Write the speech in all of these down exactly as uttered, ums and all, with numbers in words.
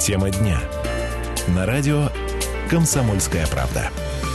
Тема дня. На радио «Комсомольская правда».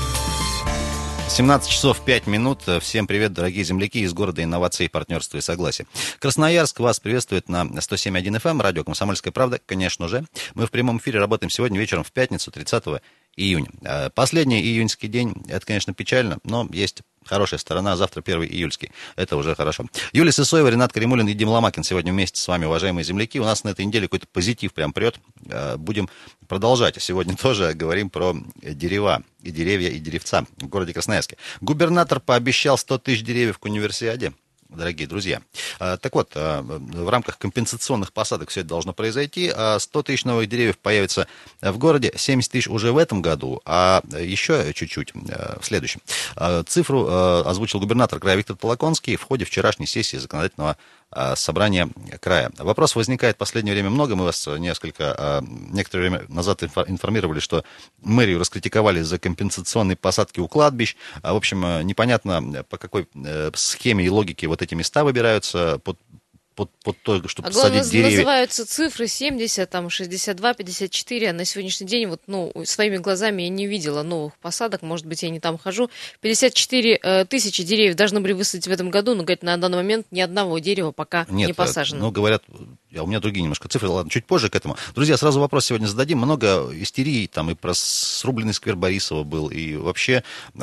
семнадцать часов пять минут. Всем привет, дорогие земляки из города инноваций, партнерства и согласия. Красноярск вас приветствует на сто семь и один эф эм, радио «Комсомольская правда», конечно же. Мы в прямом эфире работаем сегодня вечером в пятницу, тридцатого июня. Последний июньский день, это, конечно, печально, но есть хорошая сторона. Завтра первый июльский. Это уже хорошо. Юлия Сысоева, Ренат Каримулин и Дим Ломакин сегодня вместе с вами, уважаемые земляки. У нас на этой неделе какой-то позитив прям прет. Будем продолжать. Сегодня тоже говорим про дерева, и деревья, и деревца в городе Красноярске. Губернатор пообещал сто тысяч деревьев к универсиаде. Дорогие друзья. Так вот, в рамках компенсационных посадок все это должно произойти. сто тысяч новых деревьев появится в городе, семьдесят тысяч уже в этом году, а еще чуть-чуть в следующем. Цифру озвучил губернатор края Виктор Толоконский в ходе вчерашней сессии законодательного собрания края. Вопрос возникает в последнее время много. Мы вас несколько, некоторое время назад информировали, что мэрию раскритиковали за компенсационные посадки у кладбищ. В общем, непонятно, по какой схеме и логике вот эти места выбираются под Под, под то, чтобы а посадить главное, деревья. Называются цифры семьдесят, там, шестьдесят два, пятьдесят четыре, а на сегодняшний день вот, ну, своими глазами я не видела новых посадок, может быть, я не там хожу. пятьдесят четыре э, тысячи деревьев должны были высадить в этом году, но, говорит, на данный момент ни одного дерева пока Нет, не посажено. Ну, говорят, а у меня другие немножко цифры, ладно, чуть позже к этому. Друзья, сразу вопрос сегодня зададим. Много истерии, там и про срубленный сквер Борисова был, и вообще,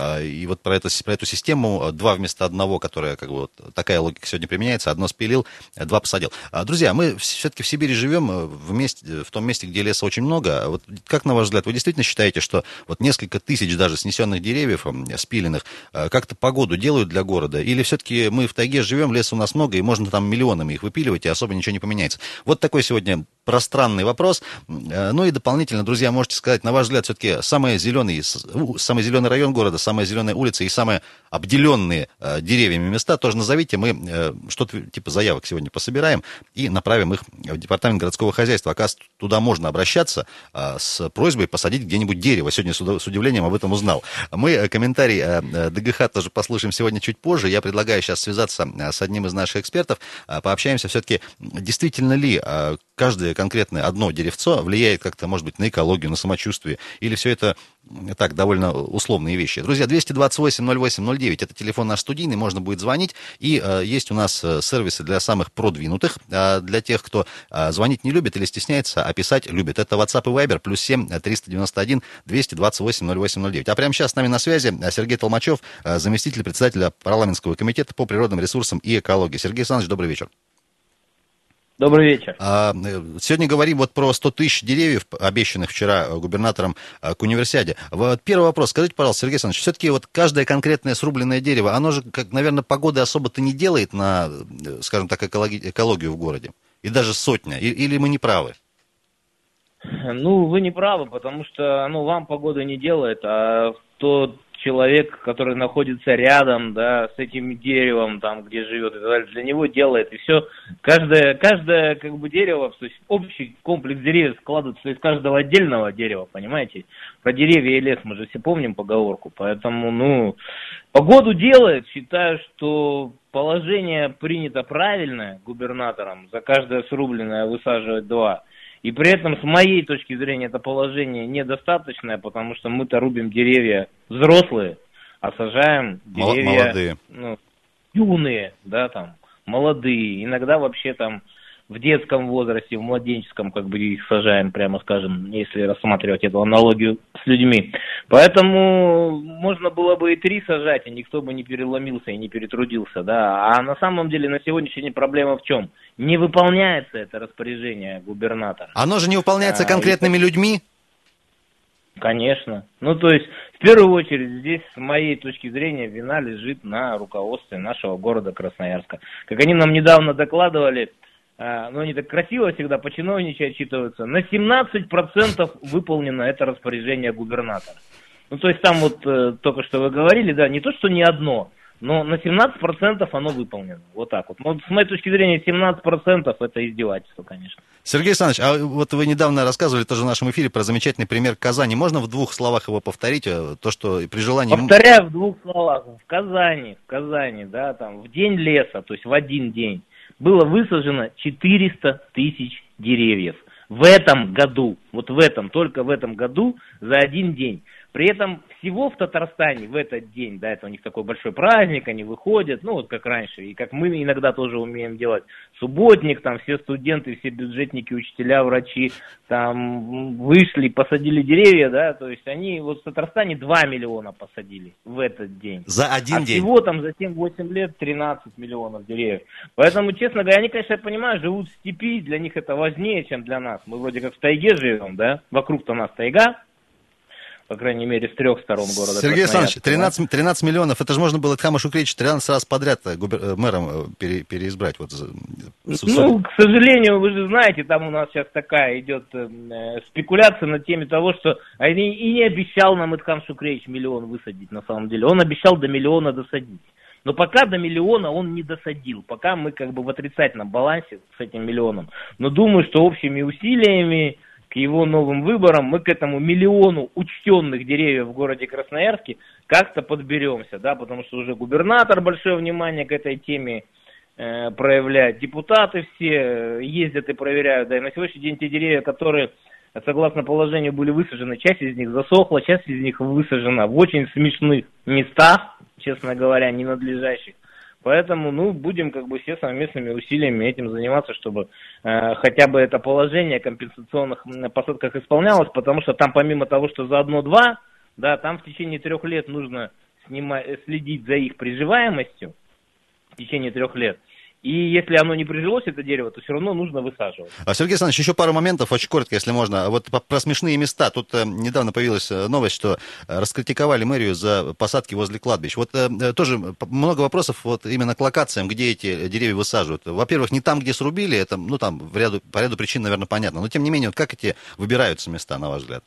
и вот про, это, про эту систему, два вместо одного, которая, как бы, вот такая логика сегодня применяется, одно спилил, два посадил. Друзья, мы все-таки в Сибири живем, в, месте, в том месте, где леса очень много. Вот как, на ваш взгляд, вы действительно считаете, что вот несколько тысяч даже снесенных деревьев, спиленных, как-то погоду делают для города? Или все-таки мы в тайге живем, леса у нас много, и можно там миллионами их выпиливать, и особо ничего не поменяется? Вот такой сегодня пространный вопрос. Ну и дополнительно, друзья, можете сказать, на ваш взгляд, все-таки самый зеленый, самый зеленый район города, самая зеленая улица и самые обделенные деревьями места тоже назовите. Мы что-то типа заявок сегодня пособираем и направим их в департамент городского хозяйства. Оказывается, туда можно обращаться с просьбой посадить где-нибудь дерево. Сегодня с удивлением об этом узнал. Мы комментарий ДГХ тоже послушаем сегодня чуть позже. Я предлагаю сейчас связаться с одним из наших экспертов. Пообщаемся все-таки, действительно ли каждое конкретное одно деревцо влияет как-то, может быть, на экологию, на самочувствие, или все это так, довольно условные вещи. Друзья, двести двадцать восемь ноль восемь ноль девять, это телефон наш студийный, можно будет звонить, и э, есть у нас сервисы для самых продвинутых, э, для тех, кто э, звонить не любит или стесняется, а писать любит. Это WhatsApp и Viber, плюс семь триста девяносто один двести двадцать восемь ноль восемь ноль девять. А прямо сейчас с нами на связи Сергей Толмачев, э, заместитель председателя парламентского комитета по природным ресурсам и экологии. Сергей Александрович, добрый вечер. Добрый вечер. Сегодня говорим вот про сто тысяч деревьев, обещанных вчера губернатором к универсиаде. Вот первый вопрос. Скажите, пожалуйста, Сергей Александрович, все-таки вот каждое конкретное срубленное дерево, оно же, как, наверное, погоды особо-то не делает на, скажем так, экологи- экологию в городе? И даже сотня? И, или мы не правы? Ну, вы не правы, потому что, ну, вам погода не делает, а тот человек, который находится рядом, да, с этим деревом, там, где живет, и так далее, для него делает. И все, каждое, каждое, как бы, дерево, то есть общий комплекс деревьев складывается из каждого отдельного дерева, понимаете? Про деревья и лес мы же все помним поговорку, поэтому, ну, погоду делает. Считаю, что положение принято правильное губернатором, за каждое срубленное высаживать два. И при этом, с моей точки зрения, это положение недостаточное, потому что мы-то рубим деревья взрослые, а сажаем деревья молодые. Ну, юные, да, там, молодые. Иногда вообще там в детском возрасте, в младенческом, как бы их сажаем, прямо скажем, если рассматривать эту аналогию с людьми. Поэтому можно было бы и три сажать, и никто бы не переломился и не перетрудился, да. А на самом деле на сегодняшний день проблема в чем? Не выполняется это распоряжение губернатора. Оно же не выполняется а, конкретными и... людьми? Конечно. Ну, то есть, в первую очередь, здесь, с моей точки зрения, вина лежит на руководстве нашего города Красноярска. Как они нам недавно докладывали, ну, они так красиво всегда по-чиновничьи отчитываются, на семнадцать процентов выполнено это распоряжение губернатора. Ну, то есть, там вот э, только что вы говорили, да, не то, что не одно, но на семнадцать процентов оно выполнено. Вот так вот. Но с моей точки зрения, семнадцать процентов это издевательство, конечно. Сергей Александрович, а вот вы недавно рассказывали тоже в нашем эфире про замечательный пример Казани. Можно в двух словах его повторить? То, что при желании... Повторяю в двух словах. В Казани, в Казани, да, там, в день леса, то есть в один день, было высажено четыреста тысяч деревьев. В этом году, вот в этом, только в этом году за один день. При этом всего в Татарстане в этот день, да, это у них такой большой праздник, они выходят, ну вот как раньше, и как мы иногда тоже умеем делать, субботник, там все студенты, все бюджетники, учителя, врачи, там вышли, посадили деревья, да, то есть они вот в Татарстане два миллиона посадили в этот день. За один а день? всего там за семь-восемь лет тринадцать миллионов деревьев. Поэтому, честно говоря, они, конечно, я понимаю, живут в степи, для них это важнее, чем для нас. Мы вроде как в тайге живем, да, вокруг-то нас тайга. По крайней мере, с трех сторон города. Сергей Александрович, тринадцать, тринадцать миллионов, это же можно было Эдхама Шукревича тринадцать раз подряд губер... мэром пере... переизбрать. Вот. Ну, к сожалению, вы же знаете, там у нас сейчас такая идет э, спекуляция на теме того, что они и не обещал нам Эдхам Шукревич миллион высадить на самом деле. Он обещал до миллиона досадить. Но пока до миллиона он не досадил. Пока мы как бы в отрицательном балансе с этим миллионом. Но думаю, что общими усилиями к его новым выборам мы к этому миллиону учтенных деревьев в городе Красноярске как-то подберемся, да, потому что уже губернатор большое внимание к этой теме э, проявляет, депутаты все ездят и проверяют, да, и на сегодняшний день те деревья, которые, согласно положению, были высажены, часть из них засохла, часть из них высажена в очень смешных местах, честно говоря, ненадлежащих. Поэтому, ну, будем как бы все совместными усилиями этим заниматься, чтобы э, хотя бы это положение о компенсационных посадках исполнялось, потому что там помимо того, что за одно-два, да, там в течение трех лет нужно снимать, следить за их приживаемостью в течение трех лет. И если оно не прижилось, это дерево, то все равно нужно высаживать. А, Сергей Александрович, еще пару моментов, очень коротко, если можно. Вот про смешные места. Тут э, недавно появилась новость, что э, раскритиковали мэрию за посадки возле кладбищ. Вот э, тоже много вопросов вот именно к локациям, где эти деревья высаживают. Во-первых, не там, где срубили, это, ну, там, в ряду, по ряду причин, наверное, понятно. Но, тем не менее, вот как эти выбираются места, на ваш взгляд?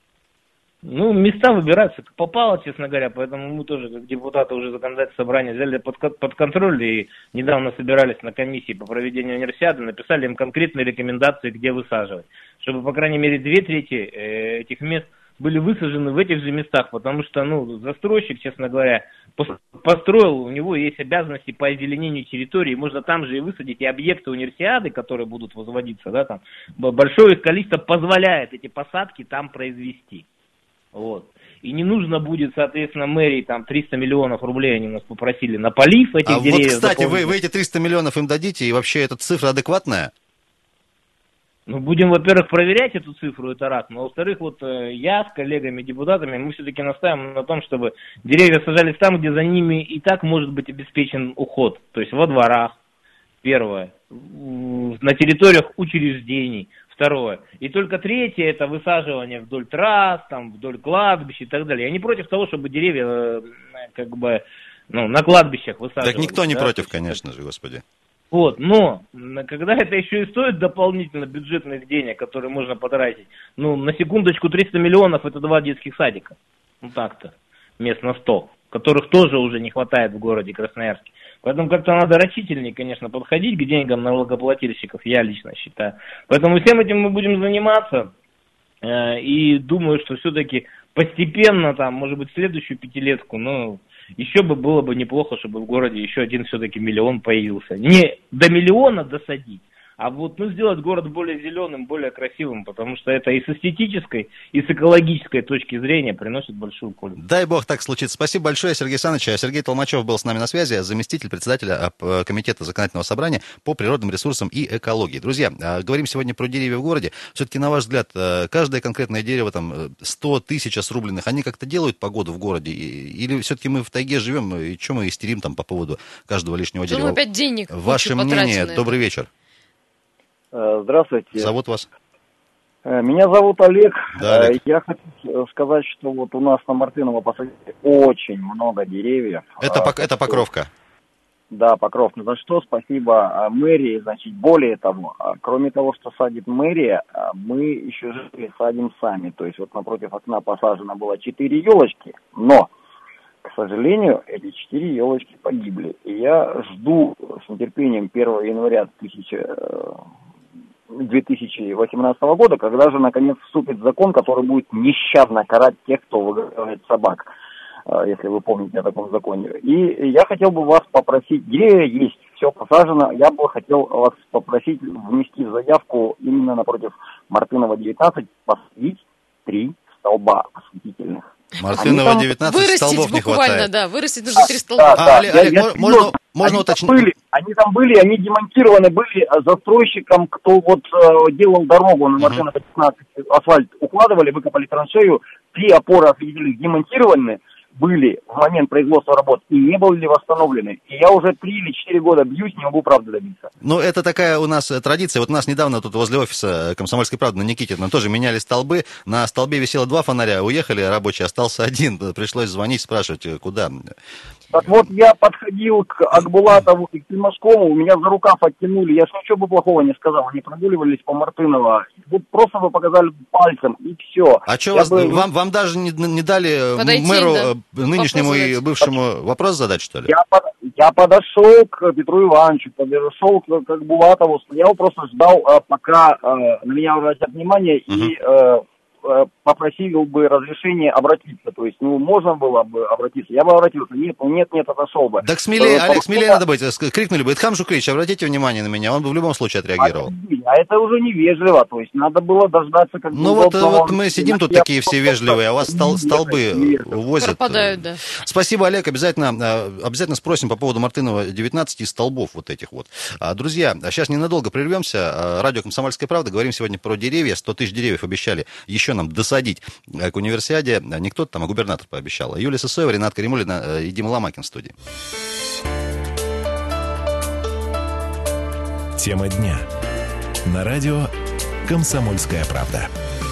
Ну, места выбираются как попало, честно говоря, поэтому мы тоже, как депутаты уже законодательного собрания, взяли под, под контроль и недавно собирались на комиссии по проведению универсиады, написали им конкретные рекомендации, где высаживать, чтобы, по крайней мере, две трети э, этих мест были высажены в этих же местах, потому что, ну, застройщик, честно говоря, построил, у него есть обязанности по озеленению территории, можно там же и высадить и объекты универсиады, которые будут возводиться, да, там, большое количество позволяет эти посадки там произвести. Вот. И не нужно будет, соответственно, мэрии там триста миллионов рублей они нас попросили на полив этих а деревьев. Вот, кстати, вы, вы эти триста миллионов им дадите, и вообще эта цифра адекватная? Ну, будем, во-первых, проверять эту цифру, это раз. Но, во-вторых, вот э, я с коллегами-депутатами, мы все-таки настаиваем на том, чтобы деревья сажались там, где за ними и так может быть обеспечен уход. То есть во дворах, первое, на территориях учреждений. Второе. И только третье, это высаживание вдоль трасс, там, вдоль кладбищ и так далее. Я не против того, чтобы деревья как бы, ну, на кладбищах высаживать. Так никто не да, против, конечно же, господи. Вот, но когда это еще и стоит дополнительно бюджетных денег, которые можно потратить, ну, на секундочку, триста миллионов это два детских садика. Ну так-то, мест на сто, которых тоже уже не хватает в городе Красноярске. Поэтому как-то надо рачительнее, конечно, подходить к деньгам налогоплательщиков, я лично считаю. Поэтому всем этим мы будем заниматься. Э, и думаю, что все-таки постепенно, там, может быть, следующую пятилетку, ну, еще бы было бы неплохо, чтобы в городе еще один все-таки миллион появился. Не до миллиона досадить, а вот, ну, сделать город более зеленым, более красивым, потому что это и с эстетической, и с экологической точки зрения приносит большую пользу. Дай бог так случится. Спасибо большое, Сергей Александрович. Сергей Толмачев был с нами на связи, заместитель председателя Комитета законодательного собрания по природным ресурсам и экологии. Друзья, говорим сегодня про деревья в городе. Все-таки, на ваш взгляд, каждое конкретное дерево, там, сто тысяч срубленных, они как-то делают погоду в городе? Или все-таки мы в тайге живем, и что мы истерим там по поводу каждого лишнего дерева? Ну, опять денег. Ваше мнение. Добрый вечер. Здравствуйте. Зовут вас? Меня зовут Олег. Да, Олег. Я хочу сказать, что вот у нас на Мартынова посадили очень много деревьев. Это, а, это Покровка. Да, Покровка. За что спасибо мэрии. Значит, более того, кроме того, что садит мэрия, мы еще жители садим сами. То есть вот напротив окна посажено было четыре елочки, но, к сожалению, эти четыре елочки погибли. И я жду с нетерпением первого января две тысячи восемнадцатого года, когда же наконец вступит закон, который будет нещадно карать тех, кто выгоняет собак, если вы помните о таком законе. И я хотел бы вас попросить, деревья есть, все посажено, я бы хотел вас попросить внести в заявку именно напротив Мартынова девятнадцать посадить три столба осветительных. Мартынова девятнадцать, столбов не хватает. Да, вырастить нужно три столба. Да, да, а, Олег, я, Олег, я можно, серьезно, можно они уточнить? Там были, они там были, они демонтированы были застройщиком, кто вот э, делал дорогу на Мартынова девятнадцать, асфальт укладывали, выкопали траншею, три опоры осветительных демонтированы были в момент производства работ и не были восстановлены. И я уже три или четыре года бьюсь, не могу правды добиться. Ну, это такая у нас традиция. Вот у нас недавно тут возле офиса «Комсомольской правды» на Никитина тоже меняли столбы. На столбе висело два фонаря, уехали рабочие, остался один. Пришлось звонить, спрашивать, куда. Так вот, я подходил к Акбулатову и к Тимошкову, меня за рукав оттянули, я ж ничего бы плохого не сказал, они прогуливались по Мартынова, вот просто вы показали пальцем, и все. А что, вас, бы... вам, вам даже не, не дали Подойти, мэру, да? нынешнему вопрос и бывшему вопрос задать, что ли? Я, под, я подошел к Петру Ивановичу, подошел к, к Акбулатову, стоял, просто ждал, пока на меня обратят внимание, угу. и... попросил бы разрешения обратиться. То есть, ну, можно было бы обратиться. Я бы обратился. Нет, ну, нет, нет, отошел бы. Так смелее, Олег, Олег, смелее надо быть. Крикнули бы: Эдхам Шукрич, обратите внимание на меня. Он бы в любом случае отреагировал. А, а это уже невежливо. То есть, надо было дождаться, как бы... Ну, вот, вот мы сидим тут такие все вежливые, а у вас стол, столбы увозят. Пропадают, да. Спасибо, Олег. Обязательно, обязательно спросим по поводу Мартынова девятнадцать и столбов вот этих вот. Друзья, сейчас ненадолго прервемся. Радио «Комсомольская правда». Говорим сегодня про деревья. сто тысяч деревьев обещали еще нам досадить к универсиаде. Не кто-то там, а губернатор пообещал. Юлия Сысоева, Ренат Каримуллина и Дима Ломакин в студии. Тема дня. На радио «Комсомольская правда».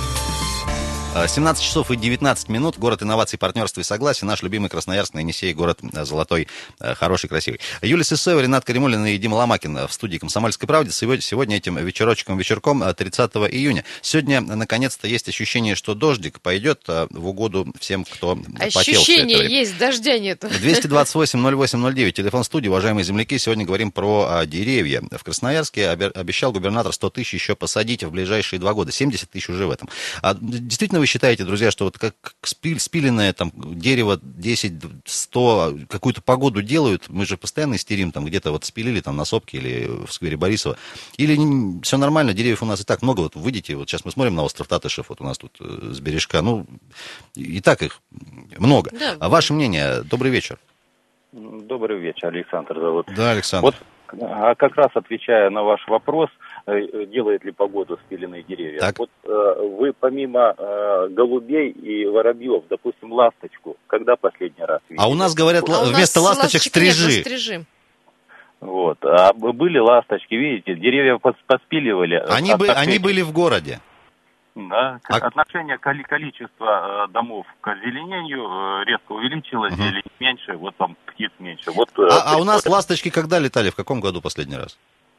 семнадцать часов и девятнадцать минут. Город инноваций, партнерства и согласия. Наш любимый Красноярск, на Енисее, город золотой, хороший, красивый. Юлия Сысоева, Ренат Каримуллин и Дима Ломакин в студии «Комсомольской правды». Сегодня, сегодня этим вечерочком, вечерком тридцатого июня. Сегодня, наконец-то, есть ощущение, что дождик пойдет в угоду всем, кто потел. Ощущение есть, дождя нету. двести двадцать восемь ноль восемь ноль девять, телефон студии. Уважаемые земляки, сегодня говорим про деревья. В Красноярске обещал губернатор сто тысяч еще посадить в ближайшие два года. семьдесят тысяч уже в этом. Действительно, вы считаете, друзья, что вот как спиленное там дерево десять сто какую-то погоду делают, мы же постоянно истерим, там где-то вот спилили там на Сопке или в сквере Борисова, или все нормально, деревьев у нас и так много, вот выйдите, вот сейчас мы смотрим на остров Татышев, вот у нас тут с бережка, ну, и так их много. Да. А ваше мнение? Добрый вечер. Добрый вечер, Александр зовут. Да, Александр. Вот как раз отвечая на ваш вопрос, делает ли погоду спиленные деревья. Так. Вот вы помимо голубей и воробьев, допустим, ласточку, когда последний раз видели? А у нас говорят, а вместо нас ласточек стрижи. стрижи. Вот. А были ласточки, видите, деревья поспиливали. Они, бы, они были в городе. Да, а... отношение количества домов к озеленению резко увеличилось, угу. Или меньше, вот там птиц меньше. Вот, а, а у нас ласточки когда летали, в каком году последний раз?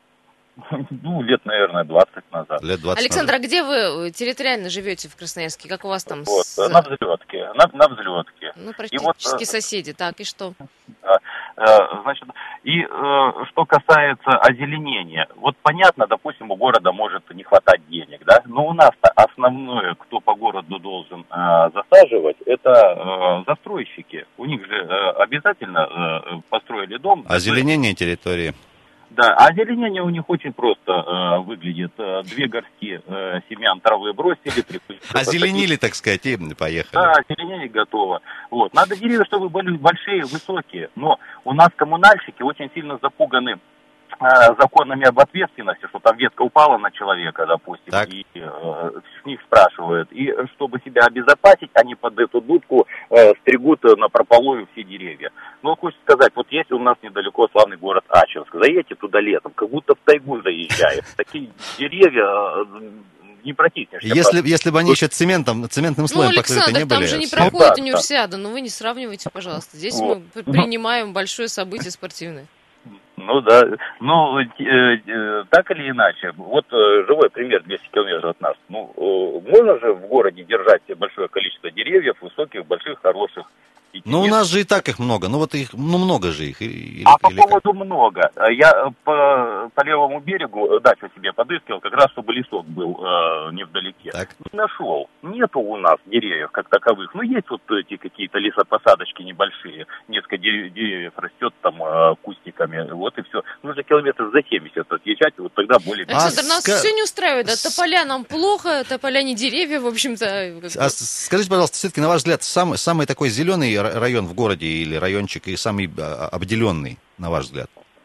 Ну, лет, наверное, двадцать назад. Лет двадцать Александр, назад. а где вы территориально живете в Красноярске? Как у вас там? Вот, с... на взлетке. На, на взлетке. Ну, практически вот, соседи. Так, и что? Значит, и что касается озеленения. Вот понятно, допустим, у города может не хватать денег, да? Но у нас-то основное, кто по городу должен засаживать, это застройщики. У них же обязательно построили дом. Озеленение территории. Да, а озеленение у них очень просто э, выглядит. Две горстки э, семян травы бросили. Озеленили, так сказать, и поехали. Да, озеленение готово. Вот. Надо деревья, чтобы были большие, высокие. Но у нас коммунальщики очень сильно запуганы э, законами об ответственности, что там ветка упала на человека, допустим, так. И э, с них спрашивают. И чтобы себя обезопасить, они под эту дудку э, стригут напропалую все деревья. Ну, хочется сказать, вот есть у нас недалеко славный город Ачинск. Заедете туда летом, как будто в тайгу заезжаешь. Такие деревья не протиснешься. Если, если бы они еще цементом, цементным слоем ну, покрыты не были. Ну, там же не проходит ну, да, универсиада, да. Но вы не сравнивайте, пожалуйста. Здесь вот. Мы принимаем большое событие спортивное. Ну да, ну э, э, так или иначе, вот э, живой пример двести километров от нас. Ну, э, можно же в городе держать большое количество деревьев, высоких, больших, хороших. Ну, у нас же и так их много, ну вот их, ну много же их. Или, а по или поводу как? много, я по, по левому берегу дачу себе подыскивал, как раз чтобы лесок был э, невдалеке. Так. Не нашел. Нету у нас деревьев как таковых. Ну, есть вот эти какие-то лесопосадочки небольшие. Несколько деревьев растет там э, кустиками. Вот и все. Нужно километров за семьдесят отъезжать, и вот тогда более... Александр, А нас ска- все не устраивает. Да, тополя нам плохо, тополя не деревья, в общем-то. А с- скажите, пожалуйста, все-таки, на ваш взгляд, самый, самый такой зеленый ра- район в городе или райончик и самый а, обделенный, на ваш взгляд?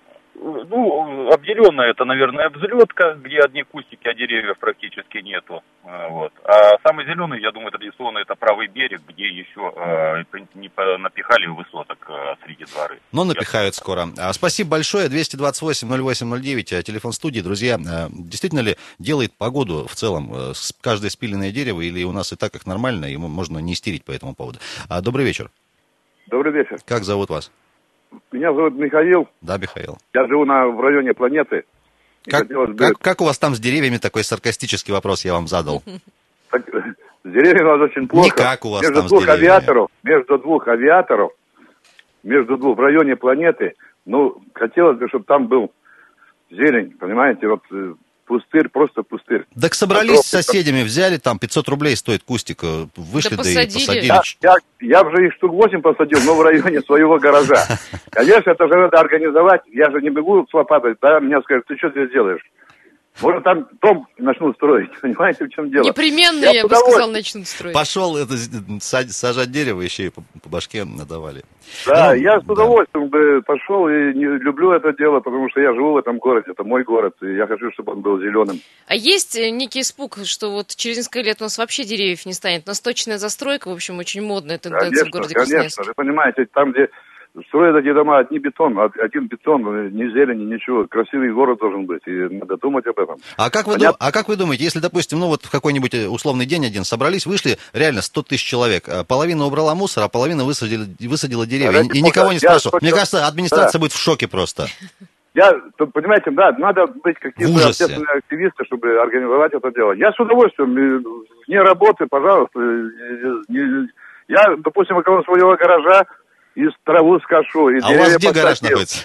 Ну, обделенная это, наверное, взлетка, где одни кустики, а деревьев практически нету. А, вот. А самый зеленый, я думаю, традиционно это правый берег, где еще э, не напихали высоток э, среди дворы. Но напихают скоро. А, спасибо большое. двести двадцать восемь ноль восемь ноль девять, телефон студии. Друзья, э, действительно ли делает погоду в целом э, с- каждое спиленное дерево, или у нас и так как нормально, и можно не истерить по этому поводу? А, добрый вечер. Добрый вечер. Как зовут вас? Меня зовут Михаил. Да, Михаил. Я живу на, в районе Планеты. И Как, хотелось бы- как, как у вас там с деревьями? Такой саркастический вопрос я вам задал. так, с деревьями у нас очень плохо. Никак у вас между там с двух деревьями. авиаторов, между двух авиаторов, между двух в районе Планеты. Ну, хотелось бы, чтобы там был зелень, понимаете, вот э, пустырь, просто пустырь. Так собрались с Огромный. соседями, взяли, там пятьсот рублей стоит кустик, э, вышли, Да да, и посадили. посадили. Я, я, я уже их штук восемь посадил, но в районе своего гаража. Конечно, это же надо организовать. Я же не бегу с лопатой, да, меня скажут, ты что здесь делаешь? Может, там дом начнут строить, понимаете, в чем дело? Непременно, Я я, с бы сказал, удовольствием. начнут строить. Пошел это, сад- сажать дерево, еще и по, по башке надавали. Да, Ну, я с да. удовольствием бы пошел и не люблю это дело, потому что я живу в этом городе, это мой город, и я хочу, чтобы он был зеленым. А есть э, некий испуг, что вот через несколько лет у нас вообще деревьев не станет? Насточная застройка, в общем, очень модная тенденция Конечно, в городе конечно, Красноярске. вы понимаете, там, где строят эти дома, одни бетон, од- один бетон, ни зелени, ничего, красивый город должен быть, и надо думать об этом. А как, вы, ду- Понятно. а как вы думаете, если, допустим, ну вот в какой-нибудь э, условный день один собрались, вышли реально сто тысяч человек, э, половина убрала мусор, а половина высадила, высадила деревья, Да, и, ради и никого бога, не я спрашивал. только- Мне кажется, администрация Да. будет в шоке просто. Я, тут, понимаете, да, надо быть В какие-то ужасе. общественные активисты, чтобы организовать это дело. Я с удовольствием, э, вне работы, пожалуйста, э, не- я, допустим, около своего гаража из траву скошу, и А у вас деревья где гараж посадил. находится?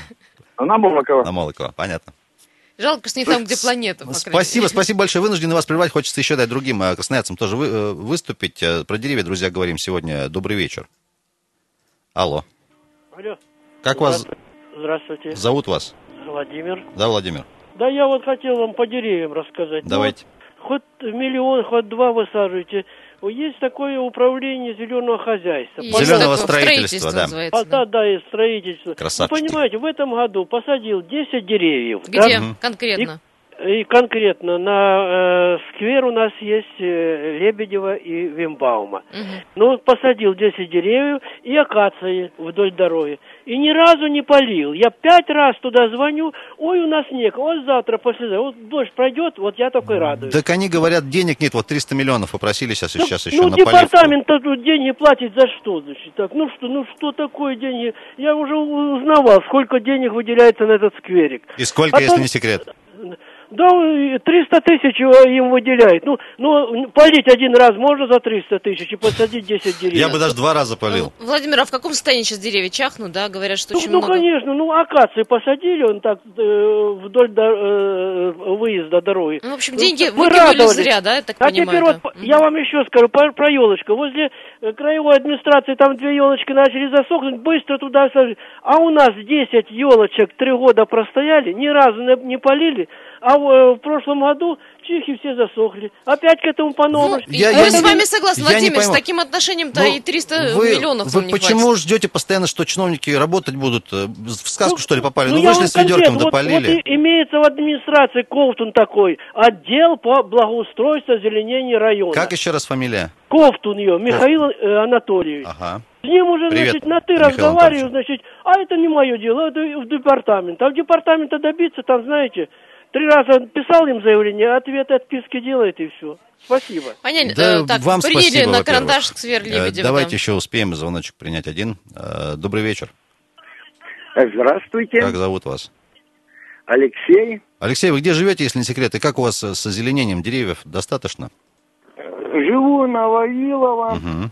А на Молокова. На Молокова, понятно. Жалко, что не там, где планета. по крайней Спасибо, мере. спасибо большое. Вынуждены вас прервать. Хочется еще дать другим э, красноярцам тоже вы- э, выступить. Э, Про деревья, друзья, говорим сегодня. Добрый вечер. Алло. Алло. Как вас Здравствуйте, зовут вас? Владимир. Да, Владимир? Да, я вот хотел вам по деревьям рассказать. Ну, Давайте. вот хоть миллион, хоть два высаживайте. Есть такое управление зеленого хозяйства. Есть Зеленого такое, строительства, да. называется, А, да, да, и строительство. Красавчики. Вы понимаете, в этом году посадил десять деревьев. Где да? Мгм. конкретно? И конкретно на э, сквер у нас есть э, Лебедева и Вимбаума. Мгм. Ну, посадил десять деревьев и акации вдоль дороги. И ни разу не полил. Я пять раз туда звоню, ой, у нас снег, вот завтра, послезавтра, вот дождь пройдет, вот я такой радуюсь. Так они говорят, денег нет, вот триста миллионов попросили сейчас, и Ну, сейчас еще ну, на поливку. департамент-то тут деньги платит за что, значит, так, ну что, ну что такое деньги? Я уже узнавал, сколько денег выделяется на этот скверик. И сколько, Потом- если не секрет? Да, и триста тысяч им выделяют. Ну, ну, полить один раз можно за триста тысяч и посадить десять деревьев. Я бы даже два раза полил. Ну, Владимир, а в каком состоянии сейчас деревья чахнут, да? Говорят, что Ну, очень ну, много. конечно, ну, акации посадили, он так э, вдоль до- э, выезда дороги. Ну, в общем, Ну, деньги мы выкинули радовались. зря, да, я так А понимаю? теперь да? вот Мгм. я вам еще скажу про, про елочку. Возле э, краевой администрации там две елочки начали засохнуть, быстро туда сажали. А у нас десять елочек три года простояли, ни разу не, не полили, а в, э, в прошлом году чихи все засохли. Опять к этому Ну, по-новому. Я- мы я с не- вами согласны, я не Владимир, с пойму. таким отношением-то Ну, и триста вы, миллионов вы нам не почему хватит. ждете постоянно, что чиновники работать будут? э, В сказку, что ли, попали? Ну, я вышли вам с ведерком, конкретно, да вот, полили. вот и имеется в администрации Ковтун такой, отдел по благоустройству озеленения района. Как еще раз фамилия? Ковтун ее, Михаил э, Анатольевич. Ага. С ним уже, Привет, значит, на ты Михаил разговариваю, Анатольевич. значит, а это не мое дело, это в департамент. А в департамента добиться, там, знаете, три раза писал им заявление, ответы, отписки делает и все. Спасибо. Понятно. Да, Э, так, вам приняли спасибо, на во-первых. карандаш сквер Э, Лебедева. Давайте да. еще успеем звоночек принять один. Э, Добрый вечер. Здравствуйте, Как зовут вас? Алексей. Алексей, вы где живете, если не секрет? И как у вас э, с озеленением деревьев? Достаточно? Живу на Вавилова, Мгм.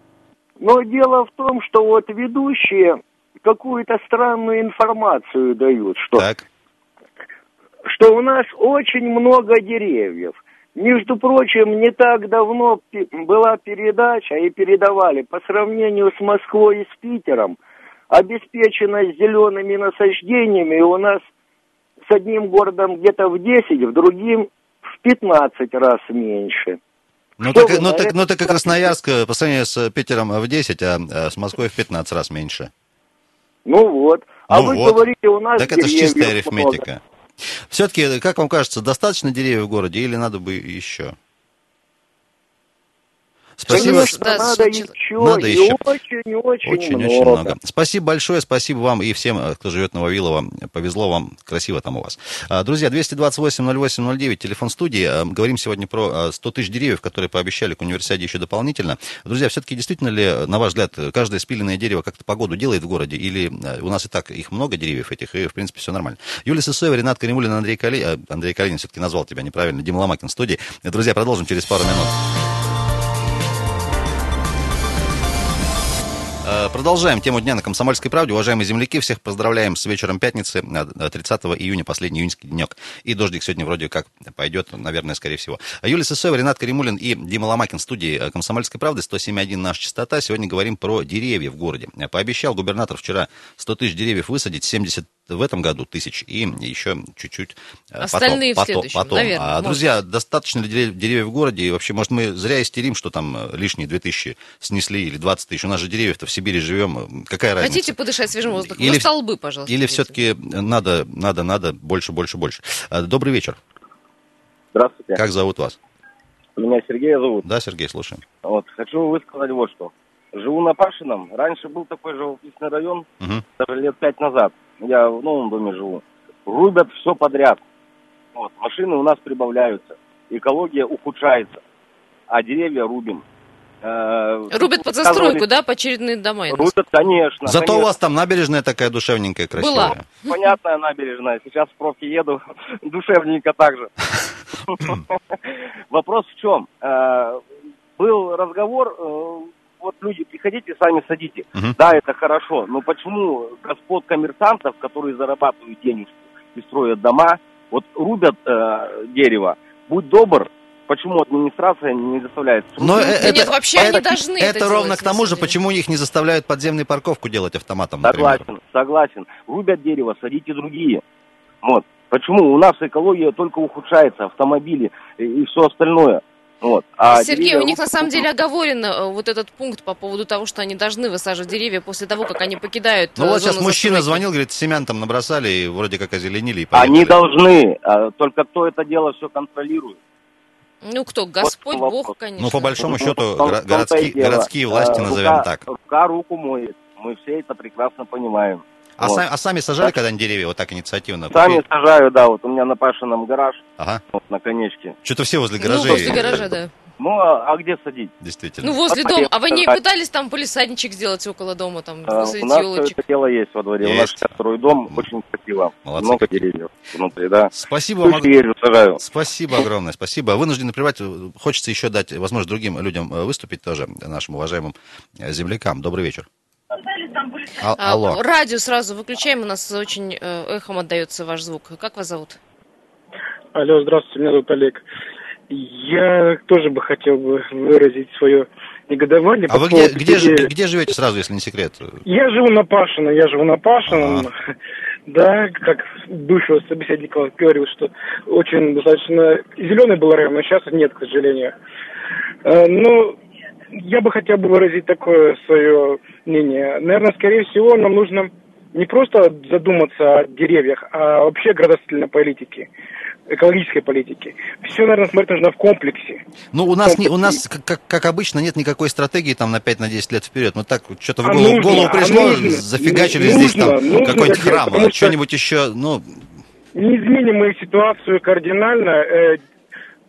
но дело в том, что вот ведущие какую-то странную информацию дают, что Так. что у нас очень много деревьев. Между прочим, не так давно была передача, и передавали, по сравнению с Москвой и с Питером, обеспеченность зелеными насаждениями у нас с одним городом где-то в десять, в другим в пятнадцать раз меньше. Ну, так, ну, так, ну так и Красноярск по сравнению с Питером в десять, а с Москвой в пятнадцать раз меньше. Ну вот. А ну вы вот. говорите, у нас так это же чистая арифметика. Много. Все-таки, как вам кажется, достаточно деревьев в городе или надо бы еще? Спасибо. Конечно, да, надо еще, надо и еще. очень, очень, очень, много. очень много. Спасибо большое, спасибо вам и всем, кто живет в Нововилово. Повезло вам, красиво там у вас. Друзья, двести двадцать восемь ноль восемь ноль девять, телефон студии. Говорим сегодня про сто тысяч деревьев, которые пообещали к универсиаде еще дополнительно. Друзья, все-таки действительно ли, на ваш взгляд, каждое спиленное дерево как-то погоду делает в городе? Или у нас и так их много деревьев этих, и, в принципе, все нормально? Юлия Сысоева, Ренат Каримуллин, Андрей Калинин. Андрей Калинин все-таки назвал тебя неправильно. Дима Ломакин в студии. Друзья, продолжим через пару минут. Продолжаем тему дня на «Комсомольской правде». Уважаемые земляки, всех поздравляем с вечером пятницы, тридцатого июня, последний июньский денек. И дождик сегодня вроде как пойдет, наверное, скорее всего. Юлия Сысоева, Ренат Каримуллин и Дима Ломакин в студии «Комсомольской правды». сто семь и один наша частота. Сегодня говорим про деревья в городе. Пообещал губернатор вчера сто тысяч деревьев высадить, семьдесят в этом году тысяч, и еще чуть-чуть остальные потом. в следующем, потом. наверное. А, друзья, достаточно ли деревьев, деревьев в городе? И вообще, может, мы зря истерим, что там лишние две тысячи снесли или двадцать тысяч? У нас же деревьев-то в Сибири живем. Какая разница? Хотите подышать свежим воздухом? Или, ну, столбы, пожалуйста. Или все-таки надо, надо, надо больше, больше, больше. Добрый вечер. Здравствуйте. Как зовут вас? Меня Сергей зовут. Да, Сергей, слушаем. Вот, хочу высказать вот что. Живу на Пашином. Раньше был такой живописный район, угу. даже лет пять назад. Я в новом доме живу. Рубят все подряд. Вот, машины у нас прибавляются. Экология ухудшается. А деревья рубим. Рубят под застройку, да, по очередные дома? Рубят, конечно. Зато конечно. у вас там набережная такая душевненькая, красивая. Была. Понятная набережная. Сейчас в пробке еду, душевненько так же. Вопрос в чем? Был разговор, вот люди, приходите, сами садите. Да, это хорошо, но почему господ коммерсантов, которые зарабатывают денежки и строят дома, вот рубят дерево, будь добр, почему администрация не заставляет? Но да это, нет, вообще это, они должны это, это ровно делать, к тому же, почему их не заставляют подземную парковку делать автоматом, например. Согласен, согласен. Рубят дерево, садите другие. Вот. Почему у нас экология только ухудшается, автомобили и, и все остальное. Вот. А Сергей, деревья... у них на самом деле оговорен вот этот пункт по поводу того, что они должны высаживать деревья после того, как они покидают Ну вот сейчас застройки. мужчина звонил, говорит, семян там набросали и вроде как озеленили. И они должны, только кто это дело все контролирует. Ну кто, Господь, вот Бог, конечно. Ну по большому счету том, городские, городские власти, а, назовем рука, так. Рука руку моет, мы все это прекрасно понимаем. А, вот. сами, а сами сажали так. когда-нибудь деревья вот так инициативно? Сами купили? Сажаю, да, вот у меня на Пашином гараж, ага. вот на конечке. Что-то все возле гаражей. Ну, возле гаража, да. Ну, а, а где садить? Действительно. Ну, возле а дома. А вы не сажать? пытались там полисадничек сделать около дома, там, а, высадить у нас елочек? все это дело есть во дворе. Есть. У нас сейчас второй дом, очень красиво. Молодцы Много какие. деревьев внутри, да. Спасибо вам. Ог... сажаю. Спасибо огромное, спасибо. Вынуждены прервать. Хочется еще дать возможность другим людям выступить тоже, нашим уважаемым землякам. Добрый вечер. А, алло. Радио сразу выключаем, у нас очень эхом отдается ваш звук. Как вас зовут? Алло, здравствуйте, меня зовут Олег. Я тоже бы хотел бы выразить свое негодование. А вы где, где, где, где живете сразу, если не секрет? Я живу на Пашино, я живу на Пашино. А-а. Да, как бывшего собеседника говорил, что очень достаточно зеленый был район, но сейчас нет, к сожалению. Ну, я бы хотел бы выразить такое свое мнение. Наверное, скорее всего, нам нужно не просто задуматься о деревьях, а вообще градостроительной политике, экологической политики. Все, наверное, смотреть нужно в комплексе. Ну, у нас, не, у нас как, как, как обычно, нет никакой стратегии там на пять-десять лет вперед. Мы так что-то в а голову, нужно, голову пришло, а нужно, зафигачили нужно, здесь там нужно, какой-нибудь храм, а что-нибудь еще, ну... Не изменим мы ситуацию кардинально, э,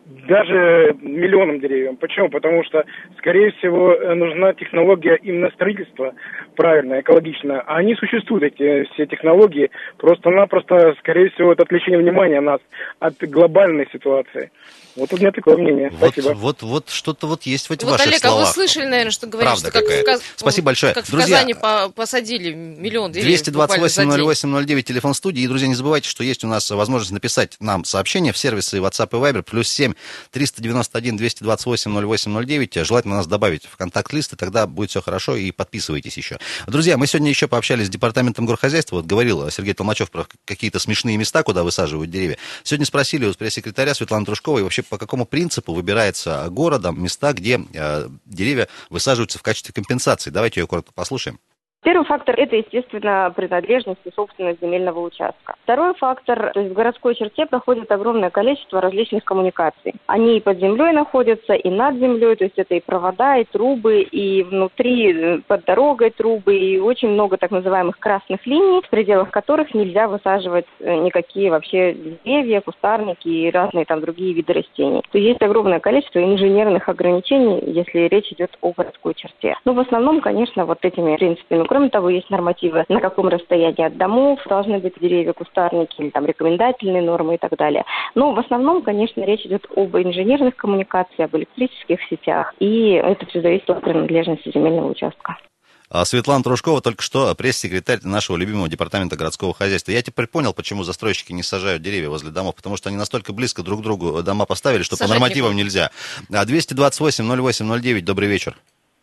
даже миллионам деревьям. Почему? Потому что, скорее всего, нужна технология именно строительства правильная, экологичная. А они существуют, эти все технологии. Просто-напросто, скорее всего, это отвлечение внимания нас от глобальной ситуации. Вот у меня такое мнение. Вот, Спасибо. Вот, вот что-то вот есть в этих вот, ваших Олег, словах. а вы слышали, наверное, что говорят, Правда что как в, Каз... Спасибо большое. как в Друзья, Казани по- посадили миллион деревьев. двести двадцать восемь ноль восемь ноль девять, телефон студии. И, друзья, не забывайте, что есть у нас возможность написать нам сообщение в сервисы WhatsApp и Viber, плюс семь триста девяносто один двести двадцать восемь ноль восемь ноль девять. Желательно нас добавить в контакт-лист, и тогда будет все хорошо, и подписывайтесь еще. Друзья, мы сегодня еще пообщались с департаментом горхозяйства. Вот говорил Сергей Толмачев про какие-то смешные места, куда высаживают деревья. Сегодня спросили у пресс-секретаря Светланы Трушковой, вообще по какому принципу выбирается городом места, где э, деревья высаживаются в качестве компенсации. Давайте ее коротко послушаем. Первый фактор – это, естественно, принадлежность и собственность земельного участка. Второй фактор – то есть в городской черте проходит огромное количество различных коммуникаций. Они и под землей находятся, и над землей, то есть это и провода, и трубы, и внутри под дорогой трубы, и очень много так называемых красных линий, в пределах которых нельзя высаживать никакие вообще деревья, кустарники и разные там другие виды растений. То есть есть огромное количество инженерных ограничений, если речь идет о городской черте. Но в основном, конечно, вот этими принципами. Кроме того, есть нормативы, на каком расстоянии от домов должны быть деревья, кустарники, или там рекомендательные нормы и так далее. Но в основном, конечно, речь идет об инженерных коммуникациях, об электрических сетях, и это все зависит от принадлежности земельного участка. Светлана Трушкова только что пресс-секретарь нашего любимого департамента городского хозяйства. Я теперь понял, почему застройщики не сажают деревья возле домов, потому что они настолько близко друг к другу дома поставили, что сажать по нормативам нельзя. двести двадцать восемь ноль восемь ноль девять, добрый вечер.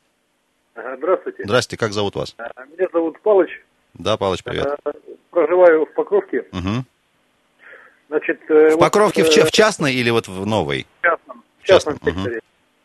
Здравствуйте. Здравствуйте, как зовут вас? Меня зовут Палыч. Да, Палыч, привет. Проживаю в Покровке. Угу. Значит, в вот, Покровке э, в частной или вот в новой? В частном, в частном секторе. Угу.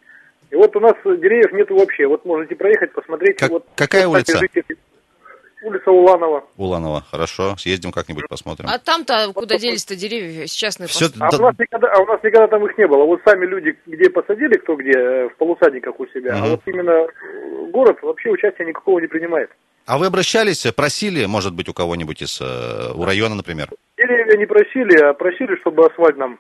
И вот у нас деревьев нету вообще. Вот можете проехать, посмотреть. Как, вот, какая вот, улица? Жители. Улица Уланова. Уланова, хорошо. Съездим как-нибудь, посмотрим. А там-то куда делись-то деревья с частной Все, а, да... у нас никогда, а у нас никогда там их не было. Вот сами люди, где посадили, кто где, в полусадниках у себя. Угу. А вот именно город вообще участия никакого не принимает. А вы обращались, просили, может быть, у кого-нибудь из, у района, например? Деревья не просили, а просили, чтобы асфальт нам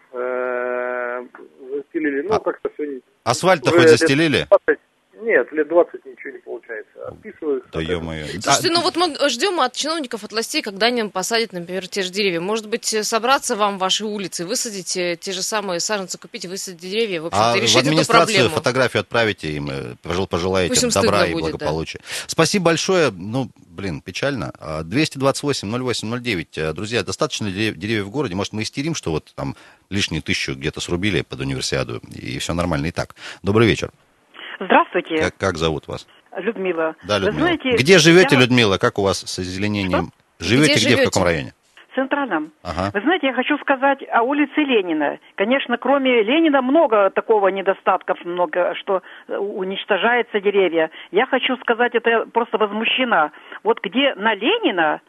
э, застелили. Ну, а, как-то все не... Асфальт-то хоть застелили? двадцать, нет, лет двадцать ничего не получается. Отписывают. Да ё-моё. Слушайте, а... ну вот мы ждем от чиновников, от властей, когда они посадят, например, те же деревья. Может быть, собраться вам в вашей улице, высадить те же самые саженцы, купить, высадить деревья, в общем-то, а решить в администрацию эту проблему. фотографию отправите им, пожелаете Пусть им добра и будет, благополучия. Да. Спасибо большое. Ну, блин, печально. двести двадцать восемь ноль восемь ноль девять. Друзья, достаточно деревьев в городе. Может, мы истерим, что вот там лишнюю тысячу где-то срубили под универсиаду, и все нормально. Итак, добрый вечер. Здравствуйте. Как, как зовут вас? Людмила. Да, Людмила. Вы знаете, где живете, я... Людмила? Как у вас с озеленением? Что? Живете где, где, где в каком районе? В Центральном. Ага. Вы знаете, я хочу сказать о улице Ленина. Конечно, кроме Ленина много такого недостатков, много, что уничтожаются деревья. Я хочу сказать, это я просто возмущена. Вот где на Ленина,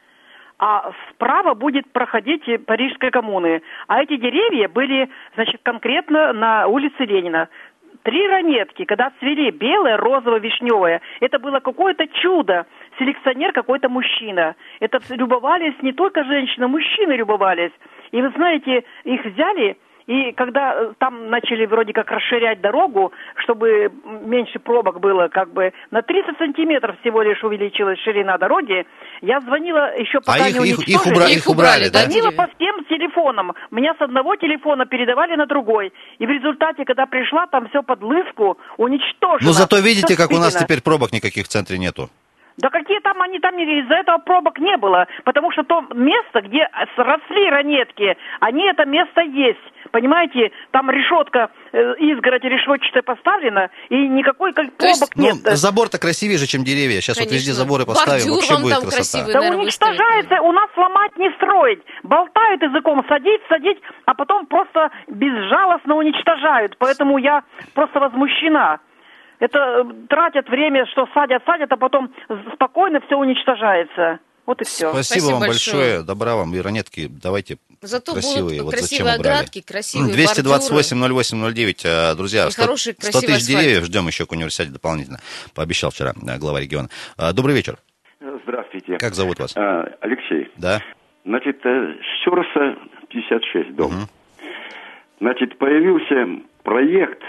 а справа будет проходить Парижская коммуна. А эти деревья были, значит, конкретно на улице Ленина. Три ранетки, когда цвели белое, розовое, вишневое, это было какое-то чудо. Селекционер какой-то мужчина. Это любовались не только женщины, мужчины любовались. И вы знаете, их взяли, и когда там начали вроде как расширять дорогу, чтобы меньше пробок было, как бы на тридцать сантиметров всего лишь увеличилась ширина дороги, я звонила еще пока а не их, уничтожили. Их, убра... их убрали, да? Звонила по всем телефонам. Меня с одного телефона передавали на другой. И в результате, когда пришла, там все под лыску уничтожено. Ну зато видите, все как у нас спилено. теперь пробок никаких в центре нету. Да какие там, они там из-за этого пробок не было, потому что то место, где росли ранетки, они это место есть. Понимаете, там решетка, изгородь решетчатая поставлена, и никакой как пробок ну, нет. забор-то красивее же, чем деревья. Сейчас Конечно. Вот везде заборы поставим, бордюр вообще будет там красота. Красивый, да наверное, уничтожается, выставить. У нас ломать не строить. Болтают языком, садить, садить, а потом просто безжалостно уничтожают. Поэтому я просто возмущена. Это тратят время, что садят, садят, а потом спокойно все уничтожается. Вот и все. Спасибо, Спасибо вам большое. большое. Добра вам. И ранетки давайте Зато красивые. будут Вот красивые оградки, красивые двести двадцать восемь ноль восемь ноль девять. Друзья, сто тысяч деревьев ждем еще к университете дополнительно. Пообещал вчера глава региона. Добрый вечер. Здравствуйте. Как зовут вас? А, Алексей. Да. Значит, Щерса пятьдесят шесть, дом. Угу. Значит, появился проект,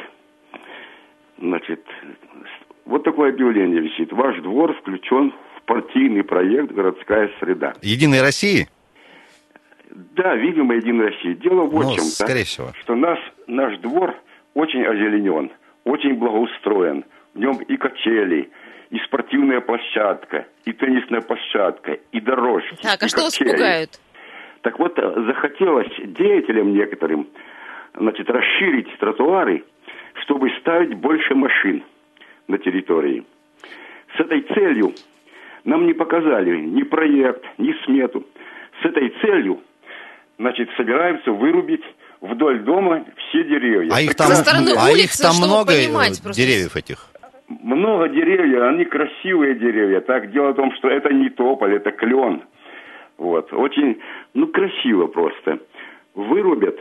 значит, вот такое объявление висит. Ваш двор включен в партийный проект «Городская среда». Единой России? Да, видимо, Единой России. Дело в Ну, чем, скорее да, всего. что наш, наш двор очень озеленен, очень благоустроен. В нем и качели, и спортивная площадка, и теннисная площадка, и дорожки. Так, а и что вас качели. пугает? Так вот, захотелось деятелям некоторым, значит, расширить тротуары, чтобы ставить больше машин на территории. С этой целью нам не показали ни проект, ни смету. С этой целью, значит, собираемся вырубить вдоль дома все деревья. А их там, а их там много деревьев этих? Много деревьев, они красивые деревья. Так, дело в том, что это не тополь, это клен. Вот, очень, ну, красиво просто. Вырубят.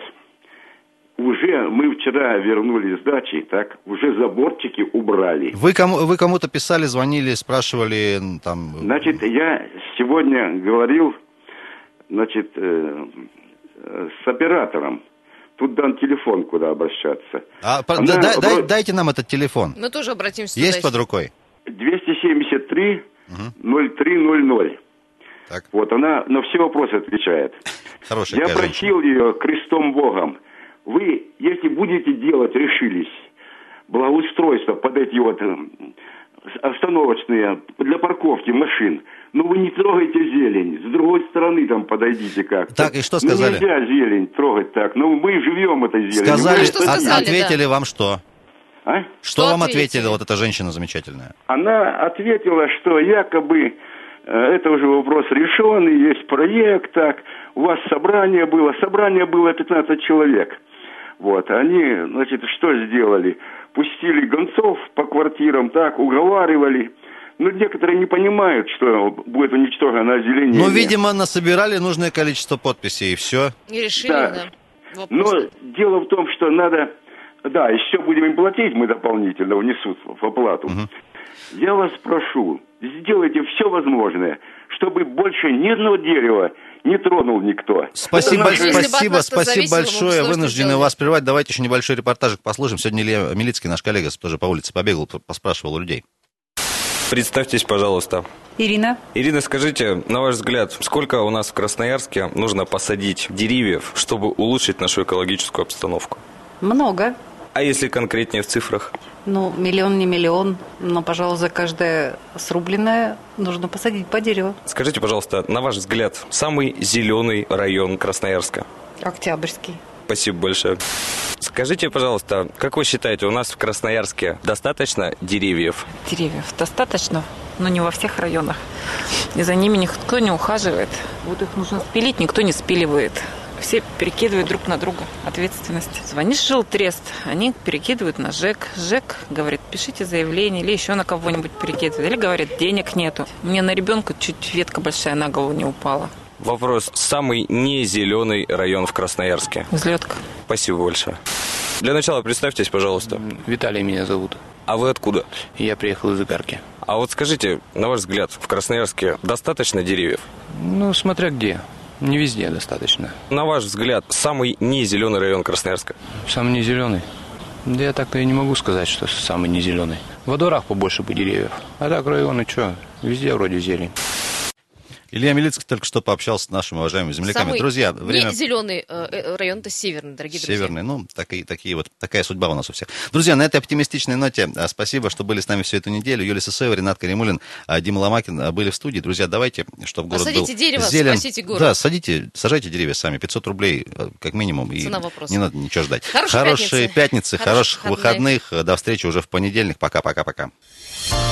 Уже мы вчера вернулись с дачи, так, уже заборчики убрали. Вы, кому, вы кому-то писали, звонили, спрашивали там... Значит, я сегодня говорил, значит, э, э, с оператором. Тут дан телефон, куда обращаться. А, Она... да, дай, дай, дайте нам этот телефон. Мы тоже обратимся. Есть туда. под рукой? двести семьдесят три ноль три ноль ноль. Так. Вот, она на все вопросы отвечает. Хорошая Я женщина. просил ее крестом Богом. Вы, если будете делать, решились, благоустройство под эти вот остановочные для парковки машин, ну вы не трогайте зелень, с другой стороны там подойдите как-то. Так, и что сказали? Ну нельзя зелень трогать так, ну мы живем этой зеленью. Сказали, Мы что это- сказали, ответили вам что? А? Что, вам ответила вот эта женщина замечательная? Она ответила, что якобы э, это уже вопрос решенный, есть проект, так, у вас собрание было, собрание было пятнадцать человек. Вот, они, значит, что сделали? Пустили гонцов по квартирам, так, уговаривали. Ну, некоторые не понимают, что будет уничтожено озеленение. Ну, видимо, насобирали нужное количество подписей, и все. И решили, Да. да. Но дело в том, что надо... Да, еще будем им платить, мы дополнительно внесут в оплату. Я вас прошу, сделайте все возможное, чтобы больше ни одного дерева не тронул никто. Спасибо, Это наше- спасибо, спасибо большое. Вынуждены вас прервать. Давайте еще небольшой репортажик послушаем. Сегодня Илья Милицкий, наш коллега, тоже по улице побегал, поспрашивал у людей. Представьтесь, пожалуйста. Ирина. Ирина, скажите, на ваш взгляд, сколько у нас в Красноярске нужно посадить деревьев, чтобы улучшить нашу экологическую обстановку? Много. А если конкретнее в цифрах? Ну, миллион не миллион, но, пожалуй, за каждое срубленное нужно посадить по дереву. Скажите, пожалуйста, на ваш взгляд, самый зеленый район Красноярска? Октябрьский. Спасибо большое. Скажите, пожалуйста, как вы считаете, у нас в Красноярске достаточно деревьев? Деревьев достаточно, но не во всех районах. И за ними никто не ухаживает. Вот их нужно спилить, никто не спиливает. Все перекидывают друг на друга ответственность. Звонишь в жилтрест, они перекидывают на ЖЭК. ЖЭК говорит, пишите заявление или еще на кого-нибудь перекидывают. Или говорят, денег нету. Мне на ребенка чуть ветка большая на голову не упала. Вопрос. Самый не зеленый район в Красноярске? Взлетка. Спасибо большое. Для начала представьтесь, пожалуйста. Виталий меня зовут. А вы откуда? Я приехал из Игарки. А вот скажите, на ваш взгляд, в Красноярске достаточно деревьев? Ну, смотря где. Не везде достаточно. На ваш взгляд, самый не зеленый район Красноярска? Самый не зеленый? Да я так-то и не могу сказать, что самый не зеленый. Во дворах побольше бы деревьев. А так районы что? Везде вроде зелень. Илья Милицкий только что пообщался с нашими уважаемыми земляками. Самый Друзья, время... не зеленый э, район, это северный, дорогие друзья. Северный, ну, такие, такие вот, такая судьба у нас у всех. Друзья, на этой оптимистичной ноте спасибо, что были с нами всю эту неделю. Юлия Сысоева, Ренат Каримулин, Дима Ломакин были в студии. Друзья, давайте, чтобы город Посадите был дерево, зелен. спасите город. Да, садите, сажайте деревья сами, пятьсот рублей как минимум. И цена вопроса. Не надо ничего ждать. Хорошей Хорошие пятницы, пятницы, хороших хороших выходных. До встречи уже в понедельник. Пока-пока-пока.